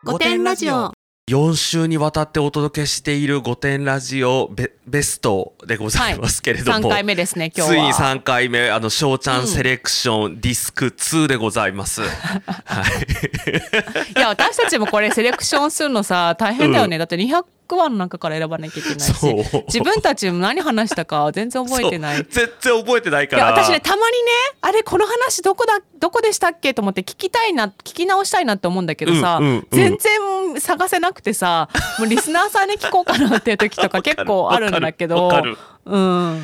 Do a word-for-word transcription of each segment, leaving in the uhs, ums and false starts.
ごてんラジオよん週にわたってお届けしているごてんラジオ ベ, ベストでございますけれども、 はい、さんかいめですね今日は。 ついにさんかいめ、あのしょうちゃんセレクション、うん、ディスクツーでございます、はい、 いや私たちもこれセレクションするのさ大変だよね、うん、だってにひゃくわの中から選ばなきゃいけないし、自分たちも何話したか全然覚えてない全然覚えてないから。 いや私ねたまにねあれこの話どこだどこでしたっけと思って聞きたいな聞き直したいなって思うんだけどさ、うんうんうん、全然探せなくてさもうリスナーさんに聞こうかなっていう時とか結構あるんだけどわかるわかる、うん、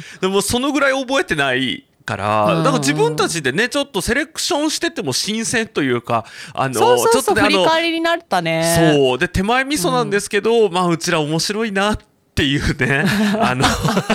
でもそのぐらい覚えてないから、うんうん、だから自分たちでねちょっとセレクションしてても新鮮というか、あのそうそうそう、 ちょっとね、 振り返りになったね。 そうで手前味噌なんですけど、うん、まあうちら面白いなっていうねあの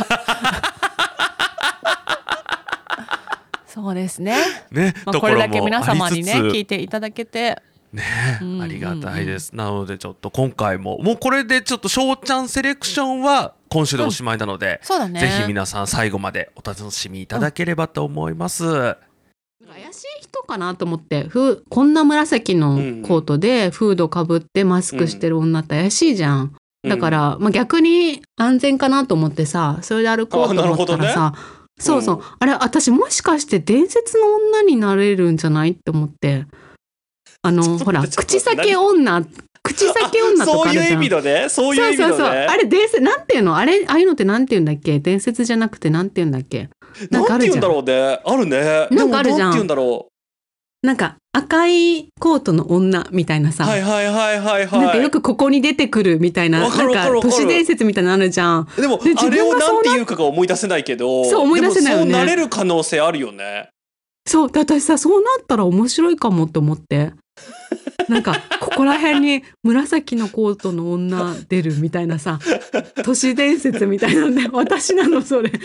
そうですねね、 まあ、これだけ皆様にね聞いていただけてね、うんうんうん、ありがたいです。なのでちょっと今回ももうこれでちょっとしょうちゃんセレクションは今週でおしまいなので、 うんそうだね、 ぜひ皆さん最後までお楽しみいただければと思います、うん、 怪しい人かなと思って、ふこんな紫のコートでフードかぶってマスクしてる女って怪しいじゃん、うん、だから、まあ、逆に安全かなと思ってさそれで歩こうと思ったらさ、そうそう、うん、あれ私もしかして伝説の女になれるんじゃないって思って、あのほら口先女口先女とかあるじゃん。そういう意味のね、そういう意味のね。そうそうそう、あれ伝説なんていうの、あれああいうのってなんていうんだっけ、伝説じゃなくてなんていうんだっけ、 なんかあるじゃん。なんていうんだろうね、あるね。 なんかあるじゃん。 なんていうんだろう。なんか赤いコートの女みたいなさ、 はいはいはいはいはい、 なんかよくここに出てくるみたいな、なんか都市伝説みたいなのあるじゃん。 でもであれをなんていうかが思い出せないけど、 そう思い出せないよね。 でもそうなれる可能性あるよね。 そうで私さそうなったら面白いかもって思ってなんかここら辺に紫のコートの女出るみたいなさ都市伝説みたいなんで私なのそれ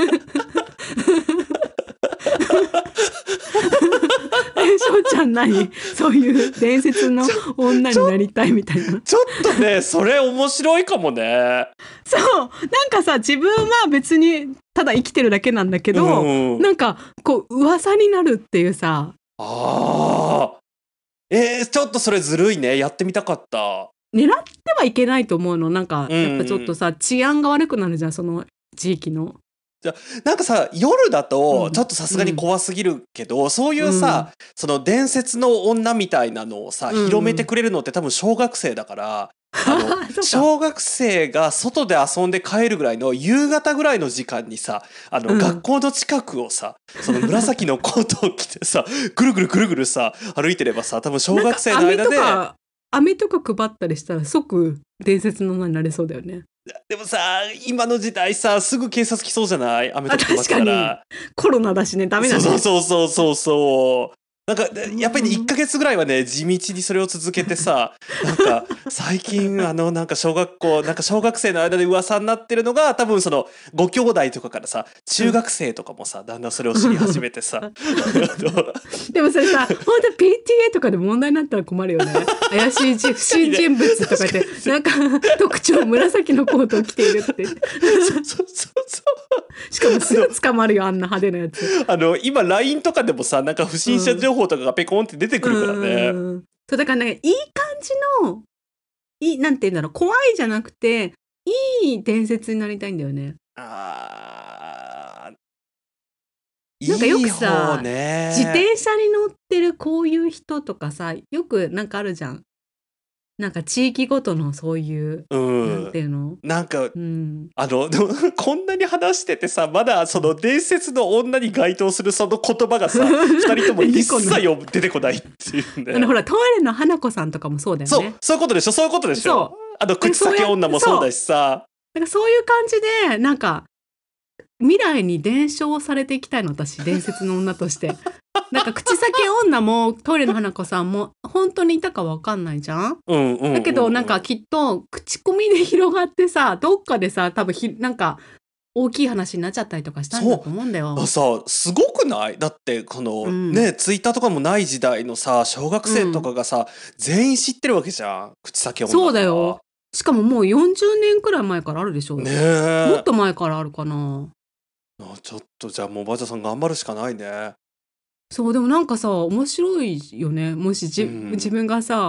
えしょうちゃん何そういう伝説の女になりたいみたいな。 ちょっとねそれ面白いかもね。 そうなんかさ自分は別にただ生きてるだけなんだけど、うん、なんかこう噂になるっていうさ。 あえー、ちょっとそれずるいね、やってみたかった。 狙ってはいけないと思うの、なんかやっぱちょっとさ、うんうん、治安が悪くなるじゃんその地域の。 じゃなんかさ夜だとちょっとさすがに怖すぎるけど、うん、そういうさ、うん、その伝説の女みたいなのをさ、うん、広めてくれるのって多分小学生だからあの小学生が外で遊んで帰るぐらいの夕方ぐらいの時間にさあの、うん、学校の近くをさその紫のコートを着てさぐるぐるぐるぐるさ歩いてればさ多分小学生の間で飴とか配ったりしたら即伝説の女になれそうだよね。 でもさ今の時代さすぐ警察来そうじゃない？飴とか配ったら。 確かにコロナだしねダメだね。 そうそうそうそうそうなんかやっぱり、ね、いっかげつぐらいはね地道にそれを続けてさなんか最近あのなんか小学校なんか小学生の間で噂になってるのが多分そのご兄弟とかからさ中学生とかもさ、うん、だんだんそれを知り始めてさでもそれさ本当 ピーティーエー とかで問題になったら困るよね。怪しい不審人物とかでなんか特徴紫のコートを着ているってそうそうそうそうしかもすぐ捕まるよあんな派手なやつ。 あの今 ライン とかでもさなんか不審者情報とかがペコンって出てくるからね。 うん、そうだからねいい感じのいいなんて言うんだろう怖いじゃなくていい伝説になりたいんだよね。 あなんかよくさいい方ね、 自転車に乗ってるこういう人とかさよくなんかあるじゃん。なんか地域ごとのそういう、うん、なんていうのなんか、うん、あのでもこんなに話しててさまだその伝説の女に該当するその言葉がさふたりとも一切出てこないっていうね。 あのほらトイレの花子さんとかもそうだよね。 そうそういうことでしょそういうことでしょ。あの口先女もそうだしさなんかそういう感じでなんか未来に伝承されていきたいの私伝説の女としてなんか口先女もトイレの花子さんも本当にいたか分かんないじゃん、うんうんうんうん、だけどなんかきっと口コミで広がってさどっかでさ多分ひなんか大きい話になっちゃったりとかしたんだと思うんだよ。 あさすごくないだってこの、うん、ねツイッターとかもない時代のさ小学生とかがさ、うん、全員知ってるわけじゃん口先女。 そうだよ。しかももうよんじゅうねんくらい前からあるでしょ。ねえもっと前からあるかな。 あちょっとじゃあもうおばあちゃん頑張るしかないね。 そうでもなんかさ面白いよねもしじ、うん、自分がさ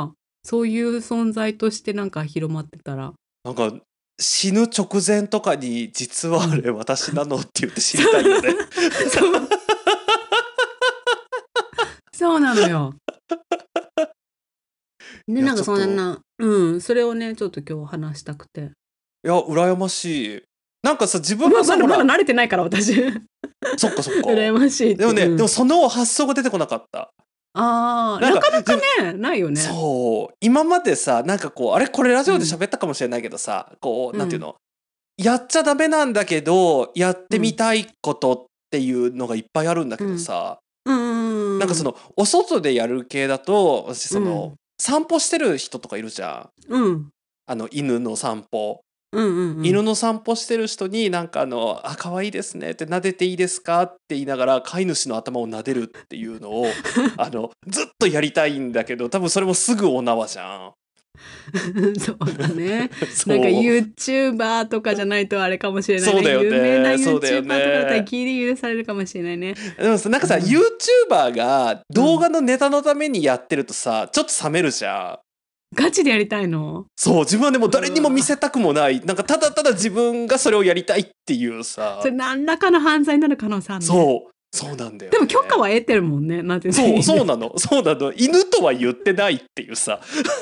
そういう存在としてなんか広まってたら。 なんか死ぬ直前とかに実はあれ私なのって言って知りたいよね。 そうそうなのよ。でなんかそんなうんそれをねちょっと今日話したくて。 いや羨ましい。なんかさ自分がさ、 まだまだ慣れてないから私。 そっかそっか。 羨ましいって。 でもね、 うん、 でもその発想が出てこなかった。 ああ、なかなかねないよね。 そう今までさなんかこうあれこれラジオで喋ったかもしれないけどさ、うん、こうなんていうの、やっちゃダメなんだけどやってみたいことっていうのがいっぱいあるんだけどさ、うん、なんかそのお外でやる系だと私その、うん、散歩してる人とかいるじゃん、うん、あの犬の散歩、うんうんうん、犬の散歩してる人になんかあのあ可愛いですねって撫でていいですかって言いながら飼い主の頭を撫でるっていうのをあのずっとやりたいんだけど多分それもすぐお縄じゃん。 そうだね。なんか YouTuber とかじゃないとあれかもしれないね。 そうだよね。 有名な YouTuber とかだったらギリ許されるかもしれないね。 でもさなんかさ、うん、YouTuber が動画のネタのためにやってるとさ、うん、ちょっと冷めるじゃん。 ガチでやりたいの？ そう自分はでも誰にも見せたくもない、なんかただただ自分がそれをやりたいっていうさ、 それ何らかの犯罪になる可能性あるね。 そうそうなんだよ、ね、 でも許可は得てるもんね。なんてそうそうなのそうなの犬とは言ってないっていうさ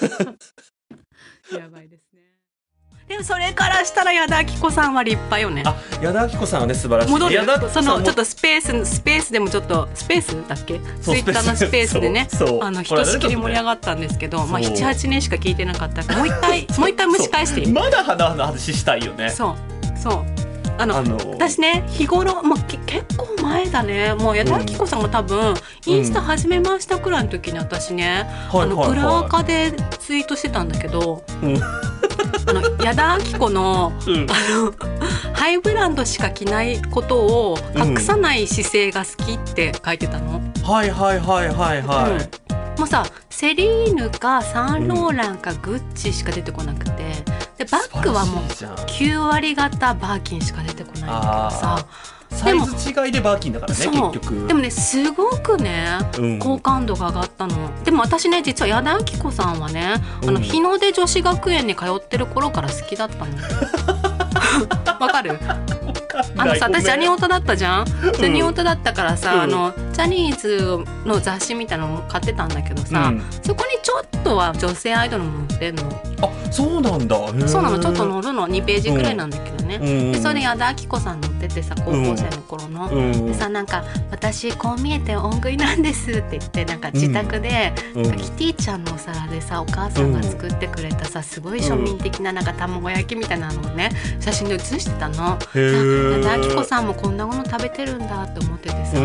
やばいですね。でもそれからしたら矢田亜希子さんは立派よね。 あ、矢田亜希子さんはね素晴らしい。 戻るそのちょっとスペーススペースでもちょっとスペースだっけ？ツイッターのスペースでね、あのひとしきり盛り上がったんですけど、まあななはちねんしか聞いてなかったからもう一回もう一回蒸し返していい？ まだ花の話したいよね。 そうそうあの、あのー、私ね日頃、まあ、結構前だねもう矢田亜希子さんが多分、うん、インスタ始めましたくらいの時に私ね、うん、あの裏垢でツイートしてたんだけど、うんあの矢田亜希子 の,、うん、あのハイブランドしか着ないことを隠さない姿勢が好きって書いてたの、うん、 はいはいはいはいはい、 うん、もうさセリーヌかサンローランかグッチしか出てこなくて、でバッグはもうきゅうわり方バーキンしか出てこないんだけどさ、 サイズ違いでバーキンだからね結局。 でもねすごくね、うん、好感度が上がったの。でも私ね実は矢田亜希子さんはね、うん、あの日の出女子学園に通ってる頃から好きだったの。わかる？あのさ私ジャニオタだったじゃん、ジャニオタだったからさ、うん、あのジャニーズの雑誌みたいなの買ってたんだけどさ、うん、そこにちょっとは女性アイドルも載ってんの。 あ、そうなんだ。 そうなの、ちょっと載るのにページくらいなんだけどね、うん、でそれで矢田亜希子さん載っててさ高校生の頃の、うん、でさなんか私こう見えて大食いなんですって言ってなんか自宅で、うん、キティちゃんのお皿でさお母さんが作ってくれたさすごい庶民的ななんか卵焼きみたいなのをね写真で写してたの。矢田亜希子さんもこんなもの食べてるんだって思っててさ、うん、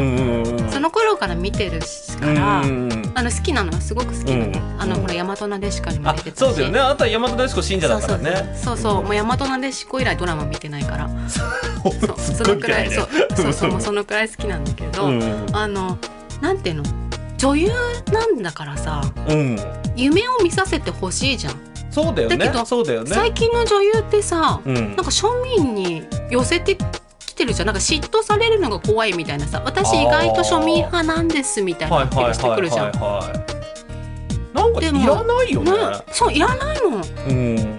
その頃から見てるから、うん、あの好きなのはすごく好きなの、うん、あのほら大和なでしこにも出てたし。 そうだよね、あなた大和なでしこ信者だからね。 そうそうそう、そうもう大和なでしこ以来ドラマ見てないからそうそのくらい、そうそうそうもうそのくらい好きなんだけど、うん、あのなんていうの女優なんだからさ、うん、夢を見させてほしいじゃん。 そうだよね。だけどそうだよね、 最近の女優ってさ、うん、なんか庶民に寄せてきてるじゃん。なんか嫉妬されるのが怖いみたいなさ、私意外と庶民派なんですみたいなアピールしてくるじゃん。 なんかいらないよね。 そういらないの、うん、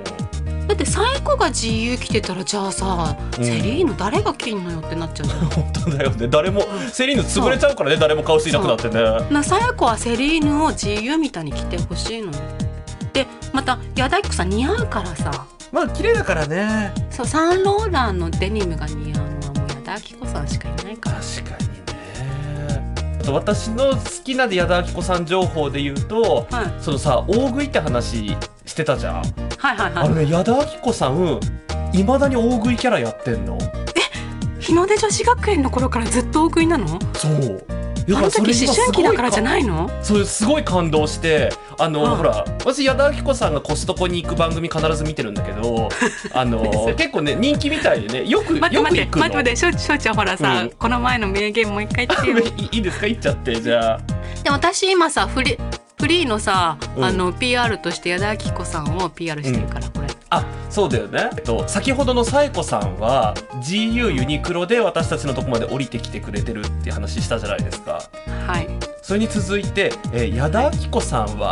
だってサイコがジーユー着てたらじゃあさ、うん、セリーヌ誰が着んのよってなっちゃうじゃん。 本当だよね、誰も、うん、セリーヌ潰れちゃうからね、誰も買う人いなくなってね。 なサイコはセリーヌを ジーユー みたいに着てほしいので、また矢田亜希子さん似合うからさ、 まあ綺麗だからね。 そうサンローランのデニムが似合うのはもう矢田亜希子さんしかいないから。 確かにね。私の好きな矢田亜希子さん情報で言うと、はい、そのさ大食いって話してたじゃん。はいはいはい。 あのね矢田亜希子さんいまだに大食いキャラやってんの。 え、日の出女子学園の頃からずっと大食いなの？ そう。 あの時思春期だからじゃないの？ そうすごい感動して、あの、うん、ほら私矢田亜希子さんがコストコに行く番組必ず見てるんだけどあの結構ね人気みたいでね、よく待って待ってよく行くの。 待って待って、しょうちょうちょほらさ、うん、この前の名言もう一回言ってよ。 いいですか、言っちゃってじゃあ。 で私今さフリフリーのさ、うん、あの ピーアール として矢田亜希子さんを ピーアール してるから、うん、これ。 あ、そうだよね。えっと先ほどのサエコさんは ジーユー ユニクロで私たちのとこまで降りてきてくれてるって話したじゃないですか。 はい。 それに続いて、えー、矢田亜希子さんは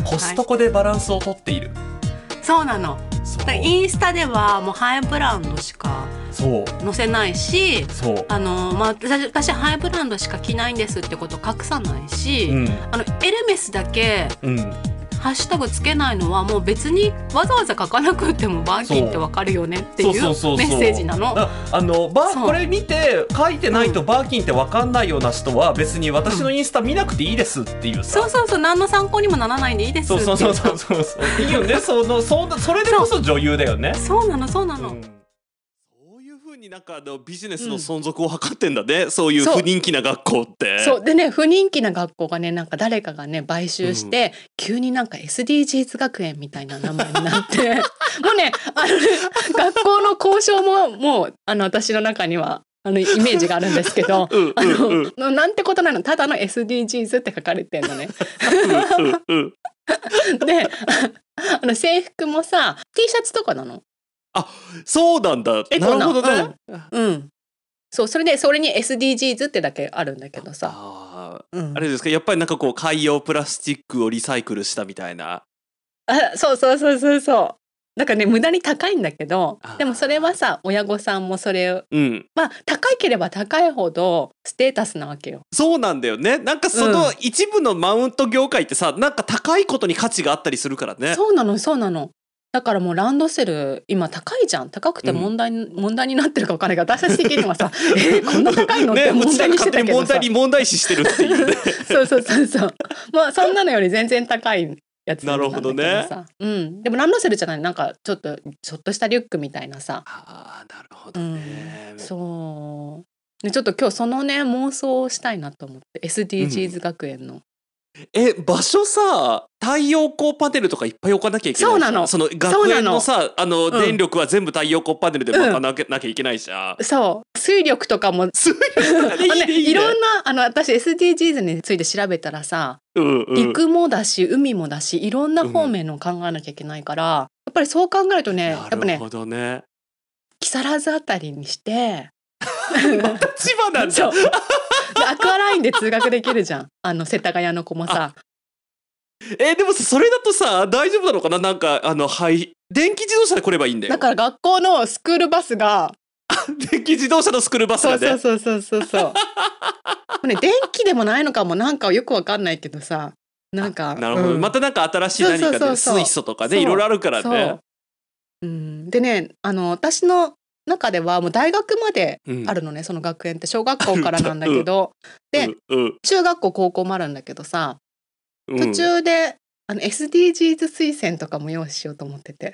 コストコでバランスをとっている、 そうなの。 そうインスタではもうハイブランドしかそう載せないし、 そうあの、まあ、私私ハイブランドしか着ないんですってことを隠さないし、 うんあのエルメスだけうんハッシュタグつけないのはもう別にわざわざ書かなくてもバーキンってわかるよねっていうメそうそうそうそうッセージなの。 ああのバそうーこれ見て書いてないとバーキンって分かんないような人は別に私のインスタ見なくていいですっていうさ、 そうそうそう、何の参考にもならないんでいいですっていううそそうそうそうそうそうっていうねそのそそれでこそ女優だよね。 そうなのそうなの、 うんそういう風になんかあのビジネスの存続を図ってんだね、そういう不人気な学校って。 そうでね、不人気な学校がね、なんか誰かがね買収して、うん、急になんか エスディージーズ 学園みたいな名前になってもうね、あのね学校の交渉ももうあの私の中にはあのイメージがあるんですけどうんあの、 うんうん、なんてことないの、ただの エスディージーズ って書かれてんのねうんうんうんであの制服もさ T シャツとかなの。 あ、そうなんだ。なるほどね。 うん、うん、そう、それでそれに エスディージーズ ってだけあるんだけどさ、 あ、 うん、 あれですか、やっぱりなんかこう海洋プラスチックをリサイクルしたみたいな。 あ、そうそうそうそうそう。だからね、無駄に高いんだけど、でもそれはさ、親御さんもそれを、うん、まあ高いければ高いほどステータスなわけよ。 そうなんだよね。なんかその一部のマウント業界ってさ、なんか高いことに価値があったりするからね。 そうなのそうなの。だからもうランドセル今高いじゃん。高くて問題、うん、問題になってるか分からないから、私たち的にはさえー、こんな高いのって問題にしてたけどさ、ね、 問題に問題視してるっていうねそうそうそうそう。まあそんなのより全然高いやつなんだけどさ。 なるほどね。 うん、でもランドセルじゃない、なんかちょっとちょっとしたリュックみたいなさ。 ああ、なるほどね。 うん、そうで、ちょっと今日そのね妄想をしたいなと思って、 エスディージーズ 学園の、うん、 え、場所さ、太陽光パネルとかいっぱい置かなきゃいけない。 そうなの。 その学園のさ、あの、 うん、 電力は全部太陽光パネルで賄わなきゃいけないじゃん。 うん、そう水力とかも水力いいね、いいね。 いろんな、あの私 エスディージーズ について調べたらさ、 うんうん、 陸もだし海もだし、いろんな方面の考えなきゃいけないから、うん、やっぱりそう考えるとね、やっぱね、 なるほどね、 木更津あたりにしてまた千葉なんだアクアラインで通学できるじゃん、あの世田谷の子もさ。 えー、でもそれだとさ大丈夫なのかな。なんかあの、はい、電気自動車で来ればいいんだよ。 だから学校のスクールバスが電気自動車のスクールバスがね。 そうそうそうそうそうそうね、電気でもないのかも、なんかよくわかんないけどさ、なんかなるほど、うん、またなんか新しい何かで水素とかね、いろいろあるからね。 うん、でね、あの私の中ではもう大学まであるのね、うん、その学園って小学校からなんだけど、うん、で、うん、中学校高校もあるんだけどさ、途中であの エスディージーズ 推薦とかも用意しようと思ってて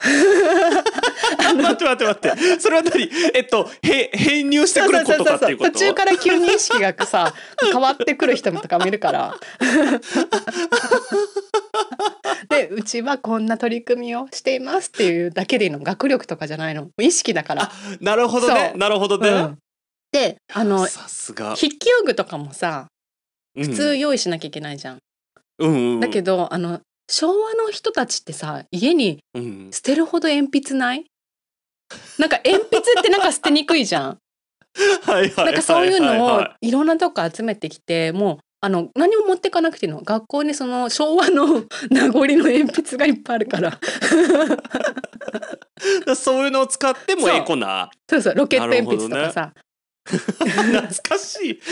待って待って待ってそれは何、えっとへ編入してくることかっていうこと。 途中から急に意識がさ変わってくる人とかもいるからで、うちはこんな取り組みをしていますっていうだけでいいの。学力とかじゃないの、意識だから。 あ、なるほどね、なるほどね、うん、 で、あのさすが筆記用具とかもさ普通用意しなきゃいけないじゃん、うんうんうん、だけどあの昭和の人たちってさ、家に捨てるほど鉛筆ない？なんか鉛筆ってなんか捨てにくいじゃんはいはい、 なんかそういうのをいろんなとこ集めてきて、もうあの何も持ってかなくていいの。学校にその昭和の名残の鉛筆がいっぱいあるからそういうのを使ってもエコな。 そうそう、ロケット鉛筆とかさ、 ね、懐かしい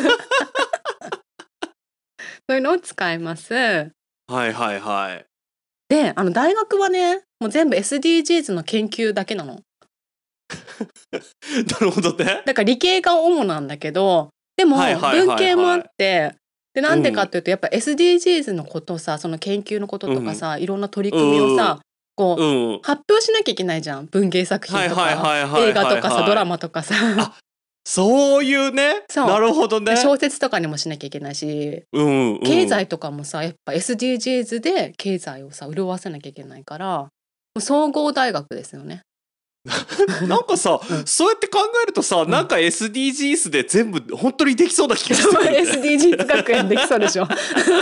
そういうのを使います。 はいはいはい。 で、あの大学はね、もう全部 エスディージーズ の研究だけなのなるほどね。 だから理系が主なんだけど、でも文系もあって、でなんでかっていうと、やっぱ エスディージーズ のことさ、その研究のこととかさ、うん、いろんな取り組みをさ、うん、こう、うん、発表しなきゃいけないじゃん。文芸作品とか映画とかさ、ドラマとかさ。 あ、そういうね。なるほどね。 小説とかにもしなきゃいけないし、うんうん、経済とかもさ、やっぱ エスディージーズ で経済をさ潤わせなきゃいけないから、総合大学ですよねなんかさ、うん、そうやって考えるとさ、うん、なんか エスディージーズ で全部本当にできそうな気がする、ね、 エスディージーズ 学園できそうでしょ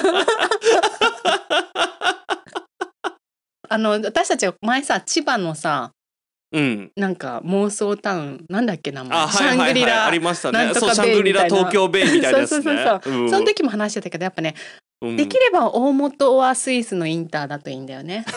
あの私たち前さ、千葉のさ、うん、なんか妄想タウンなんだっけ名前、 あ、はいはいはい、シャングリラ、ありましたね。そう、シャングリラ東京ベイみたいなやつね。 そうそうそうそう、うん、その時も話してたけど、やっぱね、 うん、 できれば大元はスイスのインターだといいんだよね。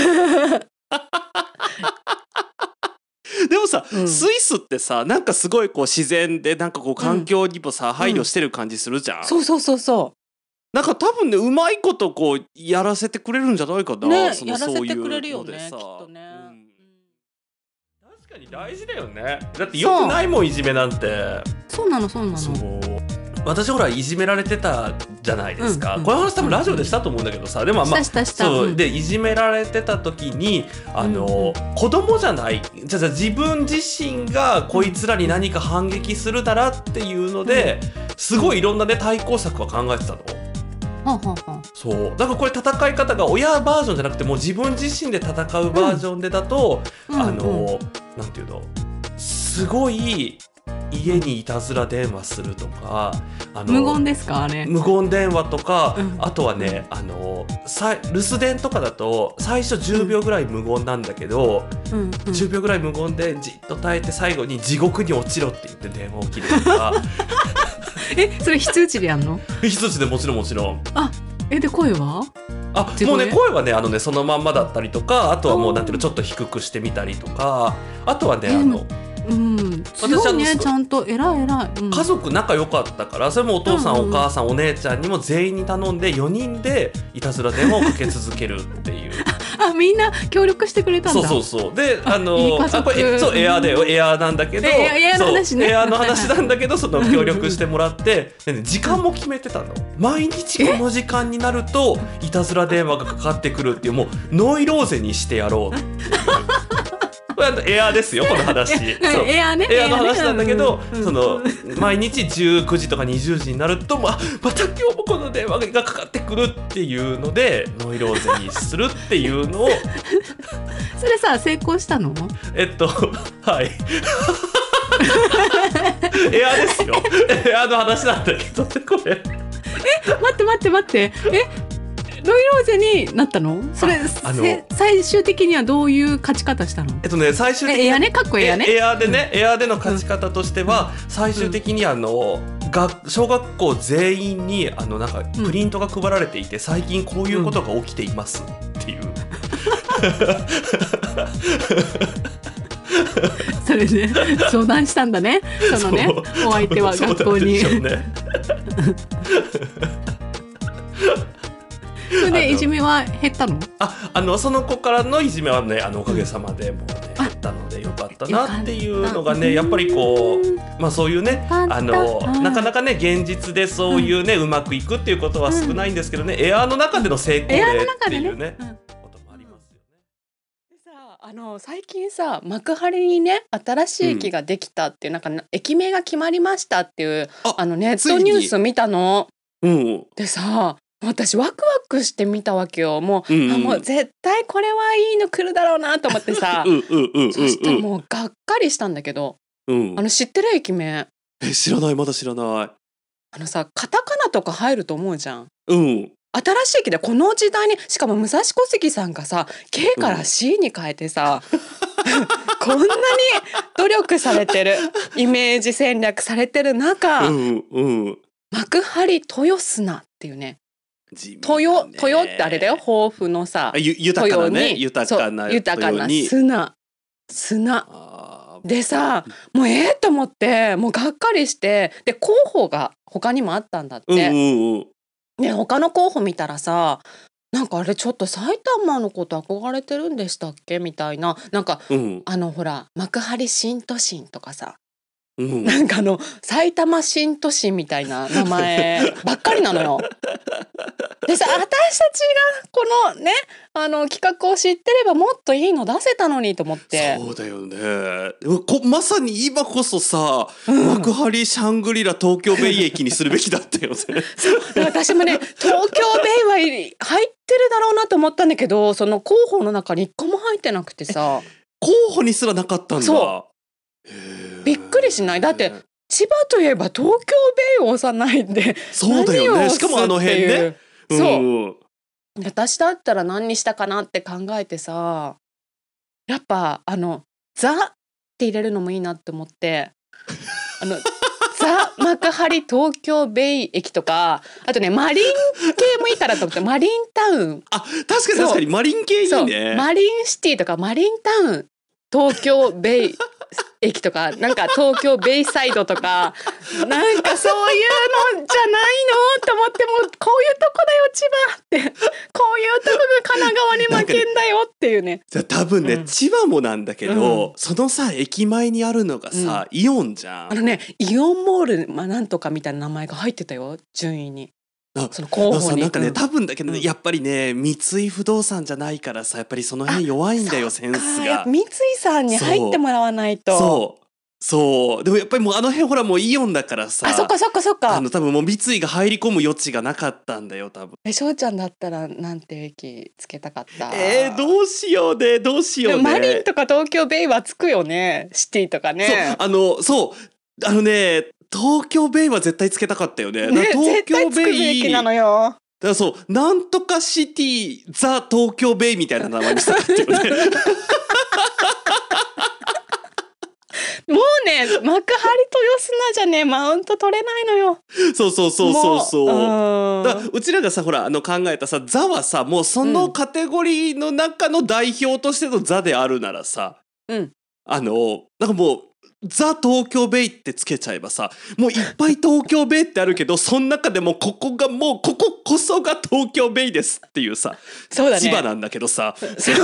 でもさ、 うん、 スイスってさなんかすごいこう自然でなんかこう環境にもさ、うん、配慮してる感じするじゃん、 うん、そうそうそうそう。 なんか多分ねうまいことこうやらせてくれるんじゃないかな、 ね、 そのやらせてそういうくれるよねのでさ、 きっとね、 うん、確かに大事だよね。だってよくないもんいじめなんて。 そうなのそうなの。 そう私ほらいじめられてたじゃないですか、うんうん、この話多分ラジオでしたと思うんだけどさ、でもまあそう、うん、でいじめられてた時にあの、うんうん、子供じゃないじゃあ自分自身がこいつらに何か反撃するならっていうので、うん、すごいいろんなね対抗策は考えてたの。 はあはあ、 そうだからこれ戦い方が親バージョンじゃなくてもう自分自身で戦うバージョンでだと、うん、あの、うんうん、なんていうのすごい家にいたずら電話するとか、あの無言ですかあれ。 無言電話とか、うん、あとはね、あのさ留守電とかだと最初じゅうびょうぐらい無言なんだけど、うんうん、じゅうびょうぐらい無言でじっと耐えて最後に地獄に落ちろって言って電話を切るとか。 えそれ非通知でやんの？ 非通知でもちろんもちろん。 あえで声は？ あもうね声はねあのねそのまんまだったりとか、あとはもうなんていうのちょっと低くしてみたりとか、あとはねあのうん、強いねちゃんと偉い偉い、うん、 家族仲良かったからそれもお父さん、うんうん、お母さんお姉ちゃんにも全員に頼んでよにんでいたずら電話をかけ続けるっていうあみんな協力してくれたんだ。 そうそうそうであのいいあこれそうエアーだよエアーなんだけどエアーの話ねエアーの話なんだけどその協力してもらってで、ね、時間も決めてたの。毎日この時間になるといたずら電話がかかってくるっていうもうノイローゼにしてやろうっていうこれエアーですよこの話。そうエアーねエアーの話なんだけど、 うん、 その毎日じゅうくじとかにじゅうじになると、まあ、また今日もこの電話がかかってくるっていうのでノイローゼにするっていうのをそれさ成功したの？ えっとはいエアーですよエアーの話なんだけどこれえ待って待って待ってえノイローゼになったの？それあの最終的にはどういう勝ち方したの？ えっとね最終的にエアねかっこエアねエアでね、うん、エアでの勝ち方としては、うん、最終的にあの、うん、が小学校全員にあのなんかプリントが配られていて、うん、最近こういうことが起きていますっていう、うん、 それね相談したんだねそのねお相手は学校にそうねそれでいじめは減ったの？ あ、あのその子からのいじめはねあのおかげさまでもうね減ったのでよかったなっていうのがねやっぱりこうまあそういうねあのなかなかね現実でそういうね、うん、うまくいくっていうことは少ないんですけどね、うん、エアーの中での成功例っていうね、うんこともありますよね。 でさあの最近さ幕張にね新しい駅ができたっていう、うん、なんか駅名が決まりましたっていう あ, あのネットニュース見たの、うん、でさ私ワクワクしてみたわけよ。もう、うんうん、もう絶対これはいいの来るだろうなと思ってさそしたらもうがっかりしたんだけど、うん、あの知ってる駅名？ え知らないまだ知らない。 あのさカタカナとか入ると思うじゃん、 うん、 新しい駅でこの時代にしかも武蔵小関さんがさ K から C に変えてさ、うん、こんなに努力されてるイメージ戦略されてる中、うんうん、幕張豊砂っていうね豊、豊ってあれだよ豊富のさ豊かなね豊かな豊かな砂砂でさもうええと思ってもうがっかりしてで候補が他にもあったんだって、うんうんうん、ね他の候補見たらさなんかあれちょっと埼玉のこと憧れてるんでしたっけみたいななんか、うん、あのほら幕張新都心とかさうん、なんかあの埼玉新都心みたいな名前ばっかりなのよ。でさ私たちがこのねあの企画を知ってればもっといいの出せたのにと思って。 そうだよね。こまさに今こそさ、うん、幕張シャングリラ東京ベイ駅にするべきだったよね。 そう私もね東京ベイは入ってるだろうなと思ったんだけどその候補の中に一個も入ってなくてさ候補にすらなかったんだ。 そうびっくりしない？だって千葉といえば東京ベイを押さないでそうだよねしかもあの辺ね、 うん、そう私だったら何にしたかなって考えてさやっぱあのザって入れるのもいいなって思ってあのザ幕張東京ベイ駅とか、あとねマリン系もいいかなと思って、マリンタウン、 あ、確かに確かにマリン系いいそうね。 マリンシティとかマリンタウン東京ベイ駅とか、なんか東京ベイサイドとか、なんかそういうのじゃないのと思って、もうこういうとこだよ千葉って、こういうとこが神奈川に負けんだよっていうね。 じゃあ多分ね、 うん千葉もなんだけど、 うんそのさ駅前にあるのがさ、イオンじゃん。 あのねイオンモール、まあ、なんとかみたいな名前が入ってたよ、順位に。 あその候補にさなんかね、 うん多分だけどね、 うんやっぱりね三井不動産じゃないからさ、やっぱりその辺弱いんだよセンスが。 あーやっぱ三井さんに入ってもらわないと。 そうそうでもやっぱりもうあの辺ほらもうイオンだからさ、 あ、そっかそっかそっか。 あの多分もう三井が入り込む余地がなかったんだよ多分。 え、翔ちゃんだったらなんて駅つけたかった？ えー、どうしようねどうしようね。 でもマリンとか東京ベイはつくよね、シティとかそうね。 あのそうあのね東京ベイは絶対つけたかったよね。だからね、 東絶対京つくべベイきなのよ。 だからそうなんとかシティザ東京ベイみたいな名前にしたかったよね。 もうね、幕張と吉野じゃねマウント取れないのよ。 そうそうそうそうそう。 もうだからうちらがさほらあの考えたさザはさもうそのカテゴリーの中の代表としてのザであるならさ、 うんあのなんかもうザ東京ベイってつけちゃえばさもういっぱい東京ベイってあるけどその中でもここがもうこここそが東京ベイですっていうさ、 そうだね。 千葉なんだけどさ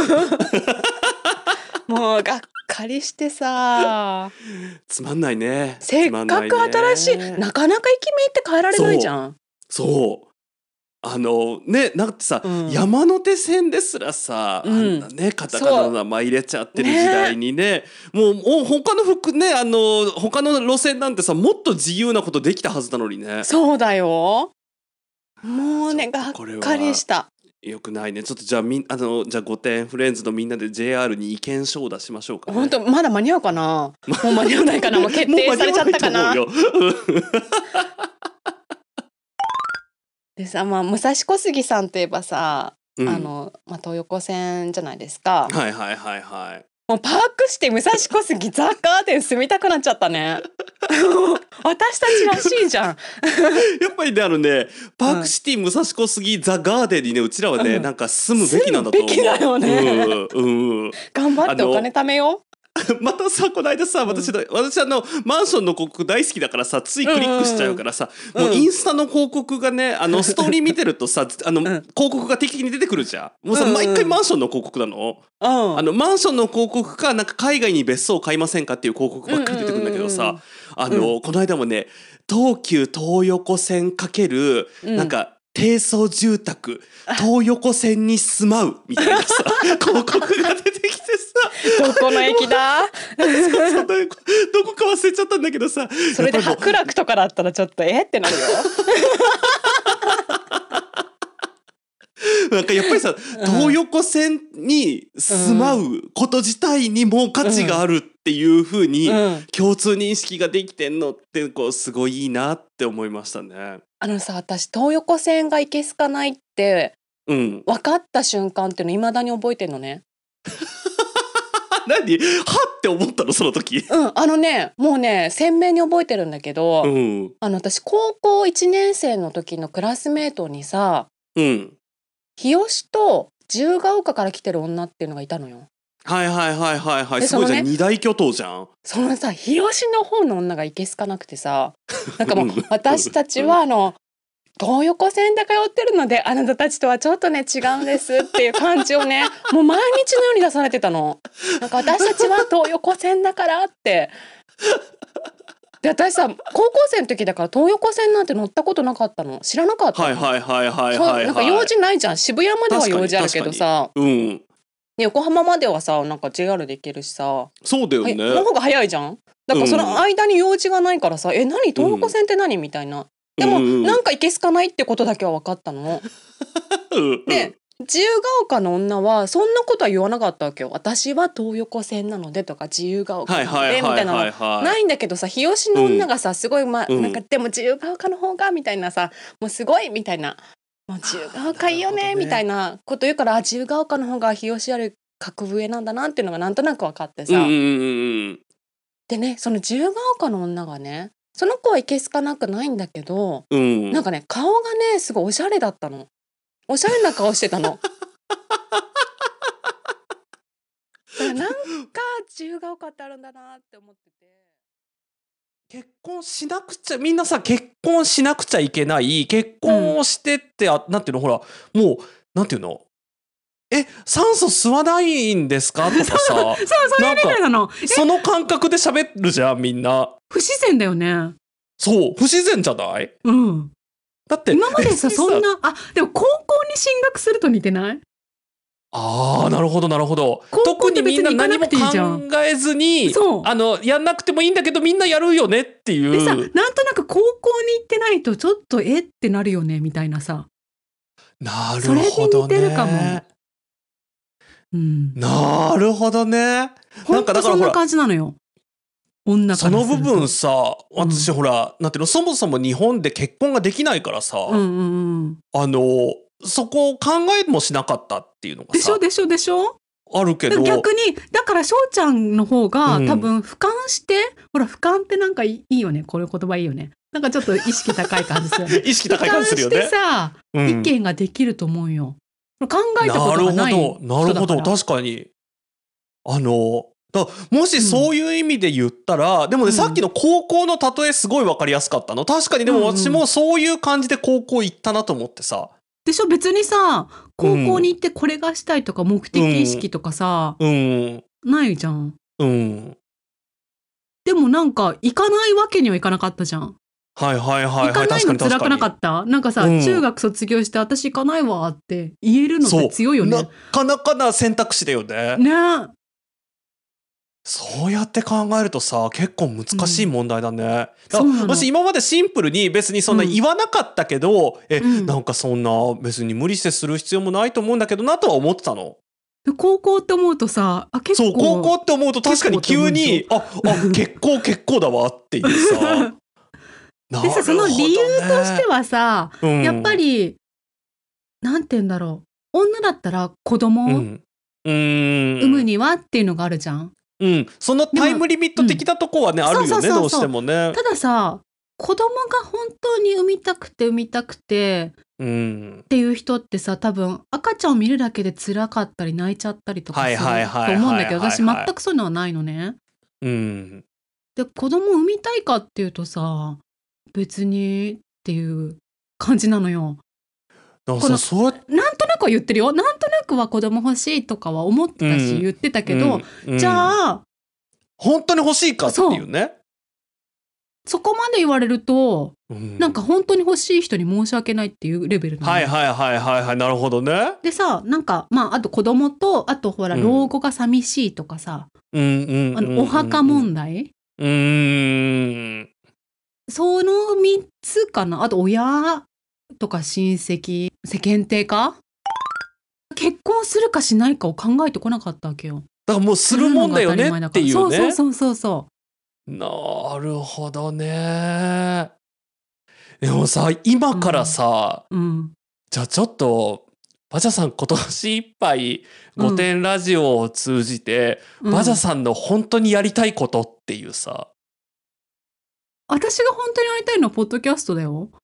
もうがっかりしてさ、 つまんないね。 せっかく新しい、なかなか駅名って変えられないじゃん。 そうあのねなんてさ、 うん、 山手線ですらさ、うん、あんなねカタカナの名前入れちゃってる時代にね、もうもう他の服ねあの他の路線なんてさもっと自由なことできたはずなのにね。 そうだよ。もうねがっかりした。 よくないね。ちょっとじゃあみあのじゃあ御殿フレンズのみんなで ジェイアール に意見書を出しましょうかね。 本当まだ間に合うかな。もう間に合わないかな。もう決定されちゃったかな。でさ、まあ武蔵小杉さんといえばさ、うん、あのまあ東横線じゃないですか。 はいはいはいはい。 もうパークして武蔵小杉ザ・ガーデン住みたくなっちゃったね。私たちらしいじゃん。やっぱりねあのねパークシティ武蔵小杉ザ・ガーデンにねうちらはね、うん、なんか住むべきなんだと思う。 住むべきだよね。 うんうん、頑張ってお金貯めよう。 またさこの間さ私の、うん、私あのマンションの広告大好きだからさついクリックしちゃうからさ、うんうん、もうインスタの広告がねあのストーリー見てるとさあの、うん、広告が定期的に出てくるじゃん。もうさ、うんうん、毎回マンションの広告なの、うん、あのマンションの広告かなんか海外に別荘買いませんかっていう広告ばっかり出てくるんだけどさ、あの、うん、この間もね東急東横線かける、うん、なんか低層住宅東横線に住まうみたいなさ広告が出てきてさどこの駅だそうそうどこか忘れちゃったんだけどさそれで白楽とかだったらちょっとえってなるよ。 なんかやっぱりさ、うん、東横線に住まうこと自体にも価値があるっていう風に共通認識ができてんのってこうすごいいいなって思いましたね。 あのさ私東横線がいけすかないって分かった瞬間っていうの未だに覚えてんのね。 何はって思ったのその時。 うんあのねもうね鮮明に覚えてるんだけど、うん、あの私高校いちねん生の時のクラスメートにさ、うん、日吉と自由が丘から来てる女っていうのがいたのよ。 はいはいはいはいはい、すごいじゃん、ね、二大巨頭じゃん。 そのさ日吉の方の女がいけすかなくてさなんかもう私たちはあの東横線で通ってるのであなたたちとはちょっとね違うんですっていう感じをねもう毎日のように出されてたの。なんか私たちは東横線だからってで私さ高校生の時だから東横線なんて乗ったことなかったの知らなかったの。 はいはいはいはいはい、はい、 なんか用事ないじゃん。渋谷までは用事あるけどさ、うん、横浜まではさなんか ジェイアール で行けるしさそうだよねの方が早いじゃん。だからその間に用事がないからさ、うん、え何東横線って何みたいな。でも、うん、なんかいけすかないってことだけは分かったの。で自由が丘の女はそんなことは言わなかったわけよ。私は東横線なのでとか自由が丘なのでみたいなのないんだけどさ日吉の女がさすごい、ま、なんかでも自由が丘の方がみたいなさもうすごいみたいなもう自由が丘いいよねみたいなこと言うから自由が丘の方が日吉より格上なんだなっていうのがなんとなく分かってさ、うんうんうん、でねその自由が丘の女がねその子はいけすかなくないんだけど、 うん、 なんかね顔がねすごいおしゃれだったの。おしゃれな顔してたの。なんか自由が多かったるんだなって思ってて。 結婚しなくちゃ、みんなさ結婚しなくちゃいけない、結婚をしてって、うん、あなんていうのほらもうなんていうのえ酸素吸わないんですかとかさそうそうそういうレベルなの。 その感覚で喋るじゃんみんな。 不自然だよね。 そう不自然じゃない？ うん。 だって今までさそんなあでも高校に進学すると似てない？ ああなるほどなるほど。特にみんな何も考えずにあのやんなくてもいいんだけどみんなやるよねっていう。 でさなんとなく高校に行ってないとちょっとえってなるよねみたいなさ。 なるほどね。それに似てるかも。 うん、 なるほどね。 なんかだからそんな感じなのよ。女からするとその部分さ私ほら、うん、なんていうのそもそも日本で結婚ができないからさ、 うんうんうん、 あのそこを考えもしなかったっていうのがさでしょでしょでしょあるけど逆にだから翔ちゃんの方が、うん、多分俯瞰してほら俯瞰ってなんかいいよねこういう言葉いいよねなんかちょっと意識高い感じするよね意識高い感じするよね。 俯瞰してさ、うん、意見ができると思うよ。考えたことがない人だから。 なるほどなるほど確かにあのだもしそういう意味で言ったら、うん、でもね、うん、さっきの高校の例えすごい分かりやすかったの。確かにでも私もそういう感じで高校行ったなと思ってさ。 でしょ別にさ高校に行ってこれがしたいとか目的意識とかさ、 うん、 ないじゃん、 うん、 でもなんか行かないわけにはいかなかったじゃん。 はいはいはいはい。 行かないの辛くなかった？なんかさ、うん、中学卒業して私行かないわって言えるのって強いよね。 なかなかな選択肢だよね。 ね。 そうやって考えるとさ結構難しい問題だね。うん、だから私今までシンプルに別にそんな言わなかったけど、うん、え、うん、なんかそんな別に無理してする必要もないと思うんだけどなとは思ってたの。 高校って思うとさあ結構そう高校って思うと確かに急にああ結構結構だわって言ってさでさその理由としてはさ、うん、やっぱりなんて言うんだろう女だったら子供を産むにはっていうのがあるじゃん。 うん、そのタイムリミット的なとこはね、うん、あるよねどうしてもね。 たださ子供が本当に産みたくて産みたくて、うん、っていう人ってさ多分赤ちゃんを見るだけで辛かったり泣いちゃったりとかすると思うんだけど私全くそういうのはないのね。 うん、 で子供を産みたいかっていうとさ別にっていう感じなのよ。 だからそうなんとなくは言ってるよ。なんとなくは子供欲しいとかは思ってたし、うん、言ってたけど、うん、じゃあ本当に欲しいかっていうね。 そこまで言われると、うん、なんか本当に欲しい人に申し訳ないっていうレベルなの。 はいはいはいはいはいなるほどね。 でさなんかまああと子供とあとほら、うん、老後が寂しいとかさ、 うんうんうん、 あのお墓問題、 うーんそのみっつかな。あと親とか親戚世間体か結婚するかしないかを考えてこなかったわけよ。 だからもうするもんだよねっていうね。 そうそうそうそうそう。 なるほどね。でもさ今からさ、うんうん、じゃあちょっとバジャさん今年いっぱい御殿ラジオを通じて、うん、バジャさんの本当にやりたいことっていうさ、 私が本当にやりたいのはポッドキャストだよ。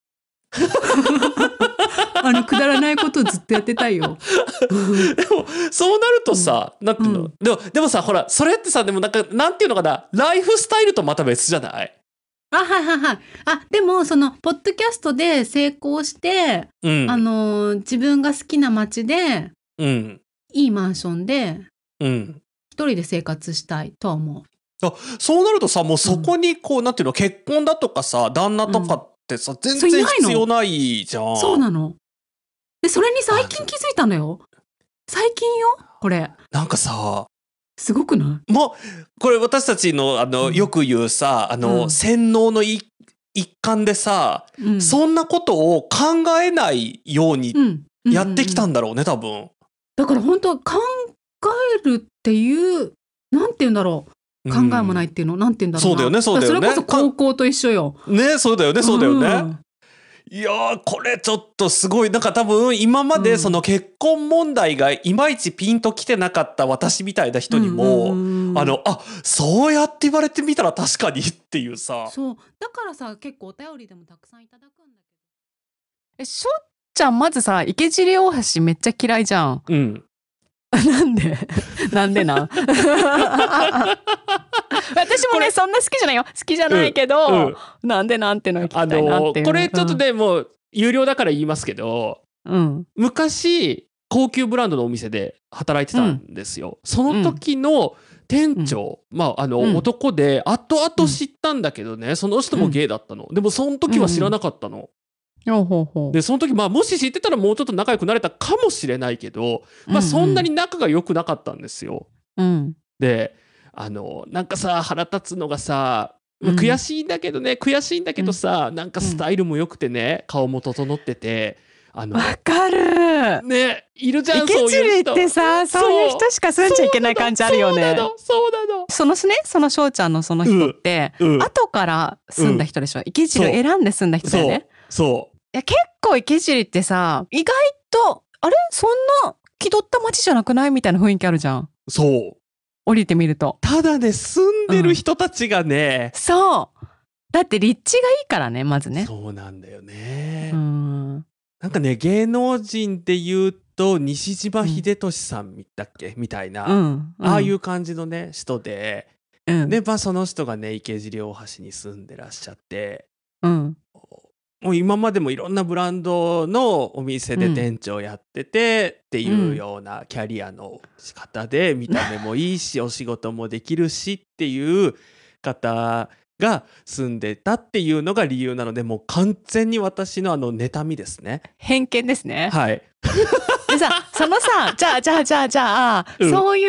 あのくだらないことをずっとやってたいよ。 でもそうなるとさ、うん、なんていうの、うん、でもでもさほらそれってさでもなんかなんていうのかなライフスタイルとまた別じゃない？ あはいはいはい。あでもそのポッドキャストで成功して、うん、あの自分が好きな街で、うん、いいマンションで、うん、一人で生活したいとは思う。 あそうなるとさもうそこにこう、うん、なんていうの結婚だとかさ旦那とかってさ、うん、全然必要ないじゃん。 そうなの。でそれに最近気づいたのよ。最近よこれ。 なんかさすごくない？ もうこれ私たちのあの、うん、よく言うさあの、うん、洗脳の一環でさ、うん、そんなことを考えないようにやってきたんだろうね、多分。 だから本当考えるっていうなんて言うんだろう。考えもないっていうの、うん、なんて言うんだろうな。 そうだよねそうだよね。 それこそ高校と一緒よ。 ねそうだよねそうだよね。うん、 いやーこれちょっとすごいなんか多分今までその結婚問題がいまいちピンときてなかった私みたいな人にも、うんうん、あのあそうやって言われてみたら確かにっていうさ。 そうだからさ結構お便りでもたくさんいただくんだけど。 えしょっちゃんまずさ池尻大橋めっちゃ嫌いじゃん。 うんなんでなんでな私もねそんな好きじゃないよ好きじゃないけど、うんうん、なんでなんての聞きたいなっていう、あのー、 これちょっとね、うん、もう有料だから言いますけど、うん、昔高級ブランドのお店で働いてたんですよ、うん、その時の店長、うん、まああの、うん、男で後々知ったんだけどね、その人もゲイだったの、でもその時は知らなかったの、 ほうほうほうでその時まあもし知ってたらもうちょっと仲良くなれたかもしれないけど、まあ、そんなに仲が良くなかったんですよ、うん、であのなんかさ腹立つのがさ、まあ、悔しいんだけどね、うん、悔しいんだけどさ、うん、なんかスタイルも良くてね顔も整っててあのわかるねいるじゃん池尻ってさそういう人しか住んじゃいけない感じあるよね。 そうなのそうなのそのねその翔ちゃんのその人って、うんうん、後から住んだ人でしょ、うん、池尻を選んで住んだ人だよね。 そうそういや結構池尻ってさ意外とあれそんな気取った街じゃなくないみたいな雰囲気あるじゃん。 そう降りてみるとただね住んでる人たちがね、 うん、そうだって立地がいいからねまずね。 そうなんだよね。うんなんかね芸能人で言うと西島秀俊さんだっけ、うん、みたいな、うんうん、ああいう感じのね人で、うん、でまあその人がね池尻大橋に住んでらっしゃって、うん、もう今までもいろんなブランドのお店で店長やっててっていうようなキャリアの方で、見た目もいいしお仕事もできるしっていう方が住んでたっていうのが理由なので、もう完全に私のあの妬みですね。 偏見ですね。 はいでさそのさじゃあじゃあじゃあじゃあ、うん、そういう、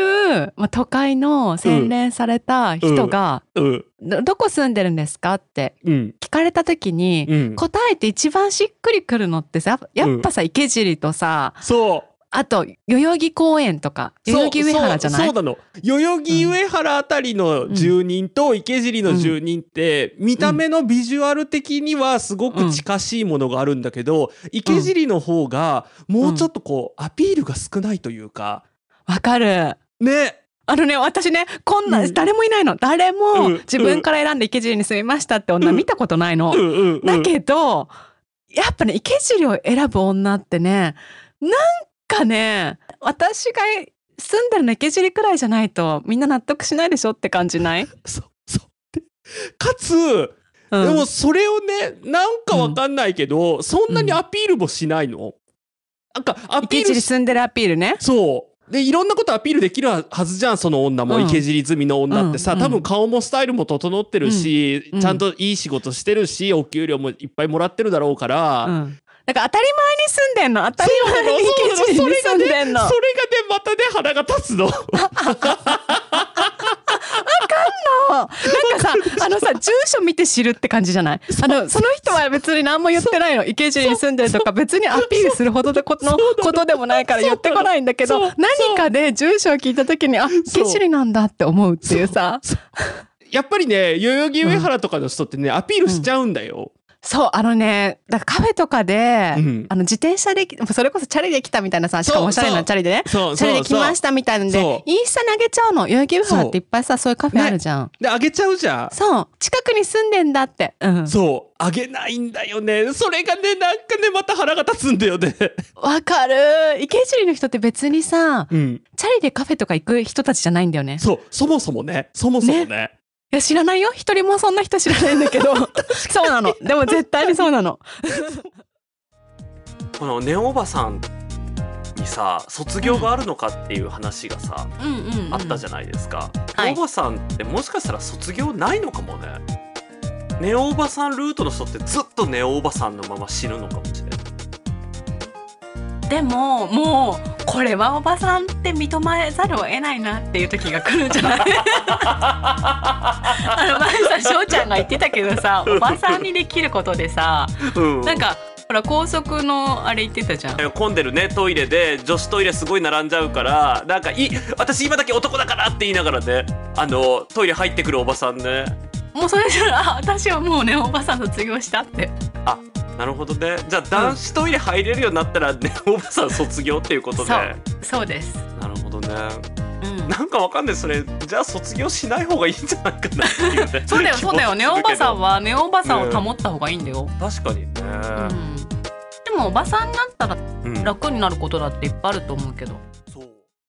まあ、都会の洗練された人が、うんうん、ど, どこ住んでるんですかって聞かれた時に、うん、答えて一番しっくりくるのってさやっぱさ、うん、池尻とさそうあと代々木公園とか代々木上原じゃない？ そうそうそうなの。代々木上原あたりの住人と池尻の住人って、うん、見た目のビジュアル的にはすごく近しいものがあるんだけど、うん、池尻の方がもうちょっとこうアピールが少ないというか。 わかるね。 あのね私ねこんな、うん、誰もいないの誰も自分から選んで池尻に住みましたって女見たことないの、うんうんうん、だけどやっぱね池尻を選ぶ女ってねなんかね私が住んでるの池尻くらいじゃないとみんな納得しないでしょって感じない？ そうそうかつ、うん、でもそれをねなんかわかんないけど、うん、そんなにアピールもしないの、うん、なんかアピール池尻住んでるアピールね。 そうでいろんなことアピールできるはずじゃんその女も、うん、池尻済みの女ってさ、うん、多分顔もスタイルも整ってるし、うん、ちゃんといい仕事してるしお給料もいっぱいもらってるだろうから、うんだから当たり前に住んでんの当たり前に池尻に住んでんの。 それがねまたね腹が立つの。わかんの。 なんかさあのさ住所見て知るって感じじゃない？あのその人は別に何も言ってないの。池尻に住んでるとか別にアピールするほどのことでもないから言ってこないんだけど、何かで住所を聞いた時にあ池尻なんだって思うっていうさ。 やっぱりね代々木上原とかの人ってね、うん、アピールしちゃうんだよ。 そうあのねだからカフェとかで、うん、あの自転車でそれこそチャリで来たみたいなさしかもおしゃれなチャリでねチャリで来ましたみたいなんでインスタにあげちゃうの。代々木上原っていっぱいさそういうカフェあるじゃん、ね、 であげちゃうじゃん。 そう近くに住んでんだって、うん、 そうあげないんだよね。それがねなんかねまた腹が立つんだよね。 わかる。池尻の人って別にさ、うん、チャリでカフェとか行く人たちじゃないんだよね。 そうそもそもねそもそもねねいや知らないよ一人もそんな人知らないんだけどそうなのでも絶対にそうなのこのネオおばさんにさ卒業があるのかっていう話がさ、うんうんうん、あったじゃないですか、はい、ネオおばさんってもしかしたら卒業ないのかもね。ネオおばさんルートの人ってずっとネオおばさんのまま死ぬのかもしれない。 でももうこれはおばさんって認めざるを得ないなっていう時が来るんじゃないあの前さ翔ちゃんが言ってたけどさおばさんにできることでさ、うん、なんかほら高速のあれ言ってたじゃん。 混んでるねトイレで女子トイレすごい並んじゃうからなんかい私今だけ男だからって言いながらねあのトイレ入ってくるおばさんねもうそれじゃあ私はもうネオおばさん卒業したって。 あ、なるほどね。じゃあ男子トイレ入れるようになったらネオおばさん卒業っていうことで。 そうそうです。 なるほどね。 うん、 なんかわかんない、それじゃあ卒業しない方がいいんじゃないかなっていうねそうだよそうだよ、ネオおばさんはネオおばさんを保った方がいいんだよ、 ね、確かにね、 うん、でもおばさんになったら楽になることだっていっぱいあると思うけど、 そう